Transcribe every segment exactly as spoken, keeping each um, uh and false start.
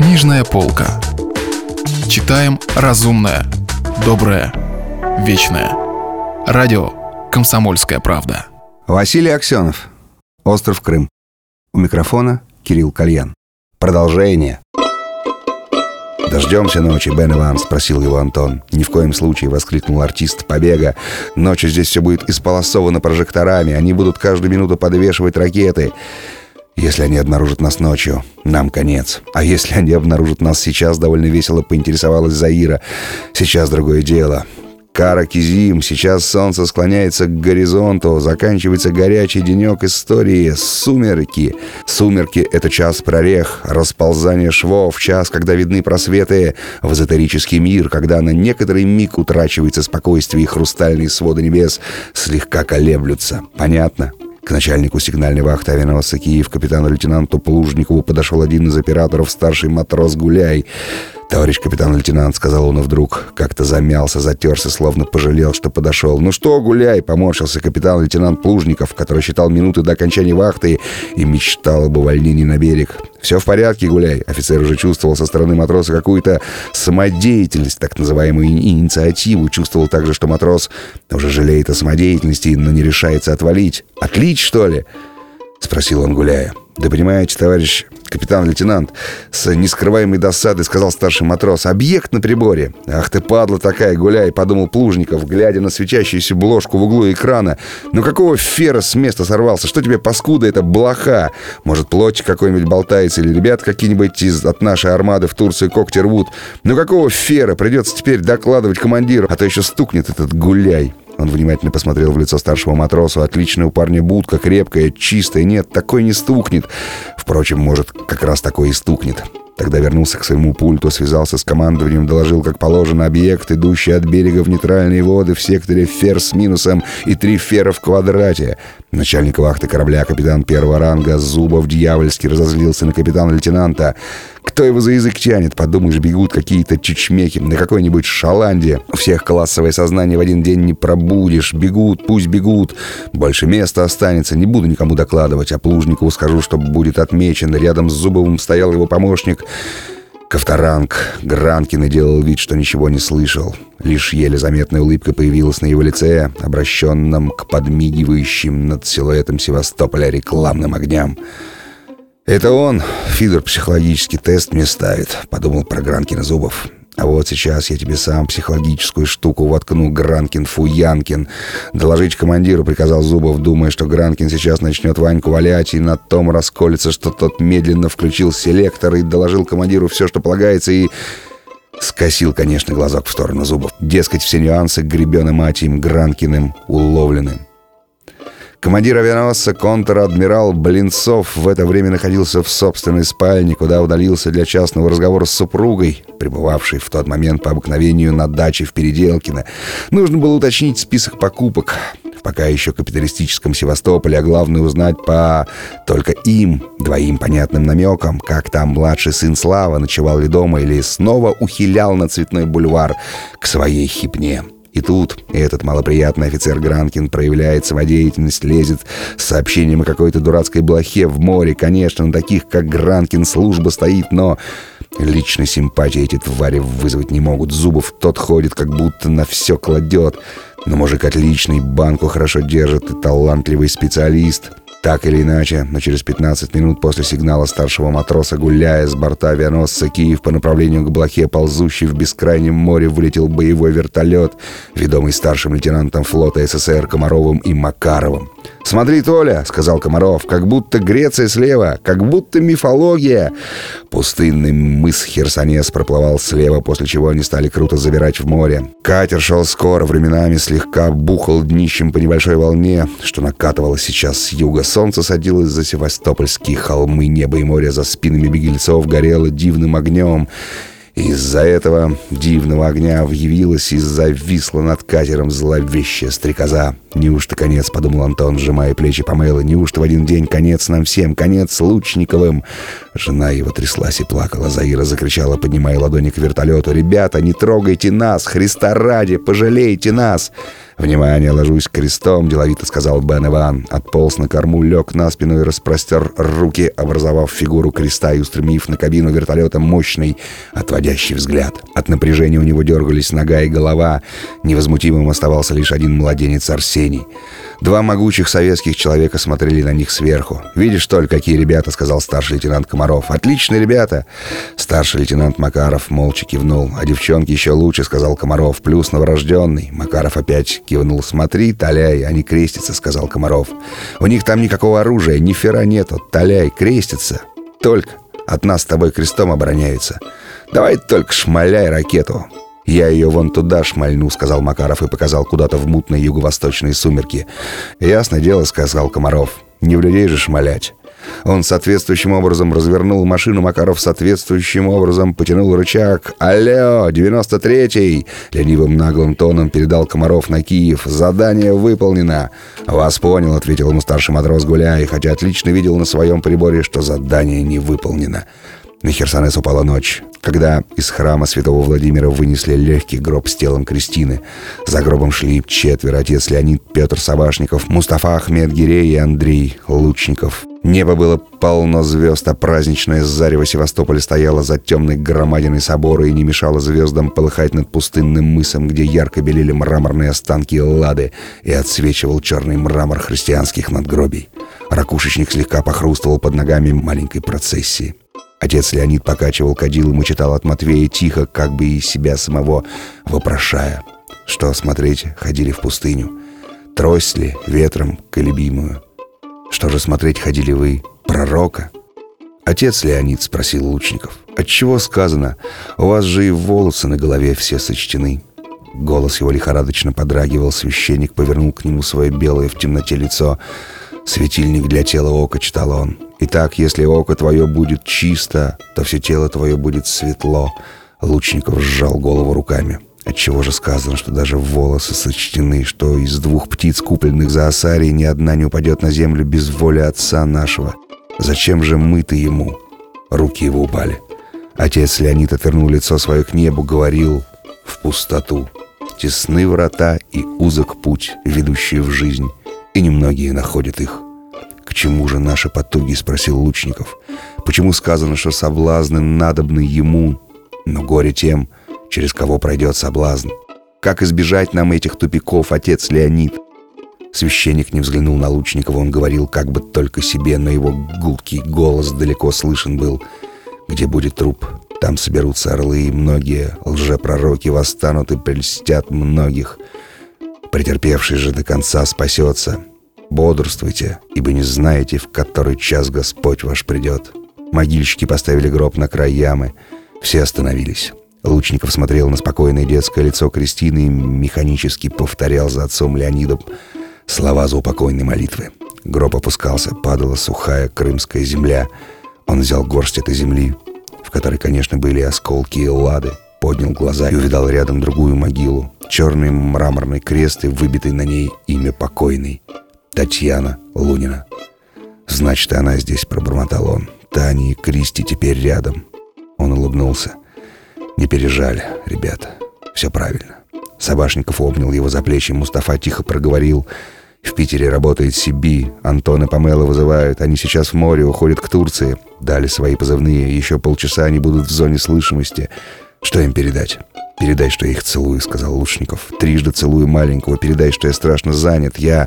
Книжная полка. Читаем разумное, доброе, вечное. Радио «Комсомольская правда». Василий Аксенов. Остров Крым. У микрофона Кирилл Кальян. Продолжение. «Дождемся ночи, Бен Иван?» — спросил его Антон. «Ни в коем случае!» — воскликнул артист «Побега». «Ночью здесь все будет исполосовано прожекторами. Они будут каждую минуту подвешивать ракеты. Если они обнаружат нас ночью, нам конец. А если они обнаружат нас сейчас?» — довольно весело поинтересовалась Заира. «Сейчас другое дело. Кара Кизим, сейчас солнце склоняется к горизонту, заканчивается горячий денек истории, сумерки. Сумерки — это час прорех, расползание швов, час, когда видны просветы в эзотерический мир, когда на некоторый миг утрачивается спокойствие и хрустальные своды небес слегка колеблются. Понятно?» К начальнику сигнальной вахты авианосца «Киев» капитану-лейтенанту Плужникову подошел один из операторов, старший матрос Гуляй. «Товарищ капитан-лейтенант», — сказал он, и вдруг как-то замялся, затерся, словно пожалел, что подошел. «Ну что, Гуляй?» — поморщился капитан-лейтенант Плужников, который считал минуты до окончания вахты и мечтал об увольнении на берег. «Все в порядке, Гуляй». Офицер уже чувствовал со стороны матроса какую-то самодеятельность, так называемую инициативу. Чувствовал также, что матрос уже жалеет о самодеятельности, но не решается отвалить. «Отлить, что ли?» — спросил он Гуляя. «Да понимаете, товарищ капитан-лейтенант», — с нескрываемой досадой сказал старший матрос, — «объект на приборе». «Ах ты, падла такая, Гуляй», — подумал Плужников, глядя на светящуюся бложку в углу экрана. «Ну какого фера с места сорвался? Что тебе, паскуда, это блоха? Может, плотик какой-нибудь болтается, или ребят какие-нибудь из, от нашей армады в Турции когти рвут? Ну какого фера? Придется теперь докладывать командиру, а то еще стукнет этот Гуляй». Он внимательно посмотрел в лицо старшего матросу. «Отличная у парня будка, крепкая, чистая. Нет, такой не стукнет. Впрочем, может, как раз такой и стукнет». Тогда вернулся к своему пульту, связался с командованием, доложил, как положено, объект, идущий от берега в нейтральные воды в секторе фер с минусом и три фера в квадрате. Начальник вахты корабля, капитан первого ранга Зубов, дьявольски разозлился на капитана-лейтенанта. «Кто его за язык тянет? Подумаешь, бегут какие-то чечмеки на какой-нибудь Шаланде. У всех классовое сознание в один день не пробудешь. Бегут, пусть бегут. Больше места останется. Не буду никому докладывать. А Плужникову скажу, что будет отмечен. Рядом с Зубовым стоял его помощник Ковторанг. Гранкин и делал вид, что ничего не слышал. Лишь еле заметная улыбка появилась на его лице, обращенном к подмигивающим над силуэтом Севастополя рекламным огням. «Это он, фидер, психологический тест мне ставит», — подумал про Гранкина Зубов. «А вот сейчас я тебе сам психологическую штуку воткну, Гранкин Фуянкин». «Доложить командиру», — приказал Зубов, думая, что Гранкин сейчас начнет Ваньку валять, и на том расколется, что тот медленно включил селектор и доложил командиру все, что полагается, и... скосил, конечно, глазок в сторону Зубов. Дескать, все нюансы гребеным матием Гранкиным уловлены. Командир авианосца контр-адмирал Блинцов в это время находился в собственной спальне, куда удалился для частного разговора с супругой, пребывавшей в тот момент по обыкновению на даче в Переделкино. Нужно было уточнить список покупок в пока еще капиталистическом Севастополе, а главное узнать по только им, двоим понятным намекам, как там младший сын Слава ночевал ли дома или снова ухилял на Цветной бульвар к своей хипне. И тут этот малоприятный офицер Гранкин проявляет самодеятельность, лезет с сообщением о какой-то дурацкой блохе в море. Конечно, на таких, как Гранкин, служба стоит, но личной симпатии эти твари вызвать не могут. Зубов тот ходит, как будто на все кладет. Но мужик отличный, банку хорошо держит и талантливый специалист. Так или иначе, но через пятнадцать минут после сигнала старшего матроса Гуляя с борта авианосца «Киев» по направлению к блохе, ползущей в бескрайнем море, вылетел боевой вертолет, ведомый старшим лейтенантом флота СССР Комаровым и Макаровым. «Смотри, Толя», — сказал Комаров, — «как будто Греция слева, как будто мифология». Пустынный мыс Херсонес проплывал слева, после чего они стали круто забирать в море. Катер шел скоро, временами слегка бухал днищем по небольшой волне, что накатывало сейчас с юга. Солнце садилось за севастопольские холмы, небо и море за спинами беглецов горело дивным огнем. Из-за этого дивного огня явилась и зависла над катером зловещая стрекоза. «Неужто конец?» — подумал Антон, сжимая плечи Памелы. «Неужто в один день конец нам всем? Конец Лучниковым?» Жена его тряслась и плакала. Заира закричала, поднимая ладони к вертолету: «Ребята, не трогайте нас! Христа ради, пожалейте нас!» «Внимание, ложусь крестом», — деловито сказал Бен Иван. Отполз на корму, лег на спину и распростер руки, образовав фигуру креста и устремив на кабину вертолета мощный, отводящий взгляд. От напряжения у него дергались нога и голова. Невозмутимым оставался лишь один младенец Арсений. Два могучих советских человека смотрели на них сверху. «Видишь, Толь, какие ребята», — сказал старший лейтенант Комаров. «Отличные ребята». Старший лейтенант Макаров молча кивнул. «А девчонки еще лучше», — сказал Комаров. «Плюс новорожденный». Макаров опять кивнул. «Смотри, Толяй, они крестятся», — сказал Комаров. «У них там никакого оружия, ни фера нету. Толяй, крестятся. Только от нас с тобой крестом обороняются. Давай только шмаляй ракету». «Я ее вон туда шмальну», — сказал Макаров и показал куда-то в мутные юго-восточные сумерки. «Ясно дело», — сказал Комаров. «Не в людей же шмалять». Он соответствующим образом развернул машину. Макаров соответствующим образом потянул рычаг. «Алло, девяносто третий!» Ленивым наглым тоном передал Комаров на Киев. «Задание выполнено!» «Вас понял», — ответил ему старший матрос Гуляй, хотя отлично видел на своем приборе, что задание не выполнено. На Херсонес упала ночь, когда из храма святого Владимира вынесли легкий гроб с телом Кристины. За гробом шли четверо: отец Леонид, Петр Савашников, Мустафа Ахмед Гирей и Андрей Лучников. Небо было полно звезд, а праздничное зарево Севастополя стояло за темной громадиной собора и не мешало звездам полыхать над пустынным мысом, где ярко белели мраморные останки Эллады и отсвечивал черный мрамор христианских надгробий. Ракушечник слегка похрустывал под ногами маленькой процессии. Отец Леонид покачивал кадилом и читал от Матвея тихо, как бы и себя самого вопрошая. Что смотреть, ходили в пустыню? Трость ли ветром колебимую? Что же смотреть ходили вы, пророка? «Отец Леонид», — спросил Лучников, — «отчего сказано? У вас же и волосы на голове все сочтены». Голос его лихорадочно подрагивал. Священник повернул к нему свое белое в темноте лицо. «Светильник для тела ока», — читал он. «Итак, если око твое будет чисто, то все тело твое будет светло». Лучников сжал голову руками. «Отчего же сказано, что даже волосы сочтены, что из двух птиц, купленных за осарий, ни одна не упадет на землю без воли Отца нашего? Зачем же мы-то ему?» Руки его упали. Отец Леонид отвернул лицо свое к небу, говорил в пустоту. «Тесны врата и узок путь, ведущий в жизнь, и немногие находят их». «К чему же наши потуги?» — спросил Лучников. «Почему сказано, что соблазны надобны ему, но горе тем, через кого пройдет соблазн? Как избежать нам этих тупиков, отец Леонид?» Священник не взглянул на Лучникова. Он говорил как бы только себе, но его гулкий голос далеко слышен был. «Где будет труп, там соберутся орлы, и многие лжепророки восстанут и прельстят многих. Претерпевший же до конца спасется. Бодрствуйте, ибо не знаете, в который час Господь ваш придет». Могильщики поставили гроб на край ямы. Все остановились. Лучников смотрел на спокойное детское лицо Кристины и механически повторял за отцом Леонидом слова заупокойной молитвы. Гроб опускался, падала сухая крымская земля. Он взял горсть этой земли, в которой, конечно, были осколки Эллады, поднял глаза и увидал рядом другую могилу. Черный мраморный крест и выбитый на ней имя покойной. Татьяна Лунина. «Значит, и она здесь», — пробормотал он. «Таня и Кристи теперь рядом». Он улыбнулся. «Не пережали, ребята. Все правильно». Сабашников обнял его за плечи. Мустафа тихо проговорил: «В Питере работает Сиби. Антон и Памела вызывают. Они сейчас в море, уходят к Турции. Дали свои позывные. Еще полчаса они будут в зоне слышимости. Что им передать?» «Передай, что я их целую», — сказал Лучников. «Трижды целую маленького. Передай, что я страшно занят. Я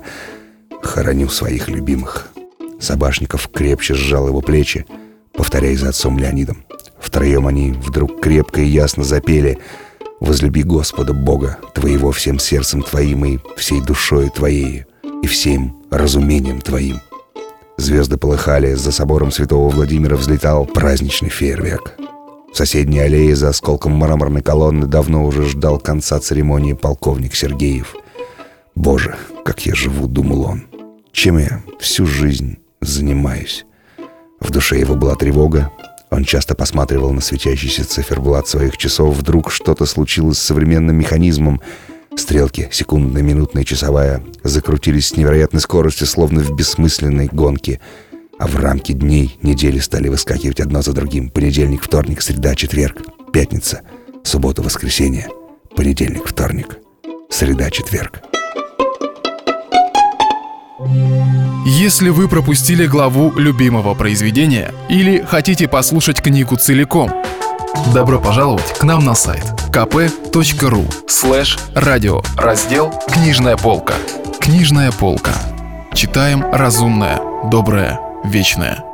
хороню своих любимых». Сабашников крепче сжал его плечи, повторяя за отцом Леонидом. Втроем они вдруг крепко и ясно запели: «Возлюби Господа Бога твоего всем сердцем твоим и всей душою твоей и всем разумением твоим». Звезды полыхали, за собором святого Владимира взлетал праздничный фейерверк. В соседней аллее за осколком мраморной колонны давно уже ждал конца церемонии полковник Сергеев. «Боже, как я живу», — думал он. «Чем я всю жизнь занимаюсь?» В душе его была тревога. Он часто посматривал на светящийся циферблат своих часов. Вдруг что-то случилось с современным механизмом. Стрелки, секундная, минутная, часовая, закрутились с невероятной скоростью, словно в бессмысленной гонке. А в рамки дней недели стали выскакивать одно за другим. Понедельник, вторник, среда, четверг, пятница, суббота, воскресенье, понедельник, вторник, среда, четверг. Если вы пропустили главу любимого произведения или хотите послушать книгу целиком, добро пожаловать к нам на сайт kp.ru слэш радио, раздел «Книжная полка». Книжная полка. Читаем разумное, доброе, вечное.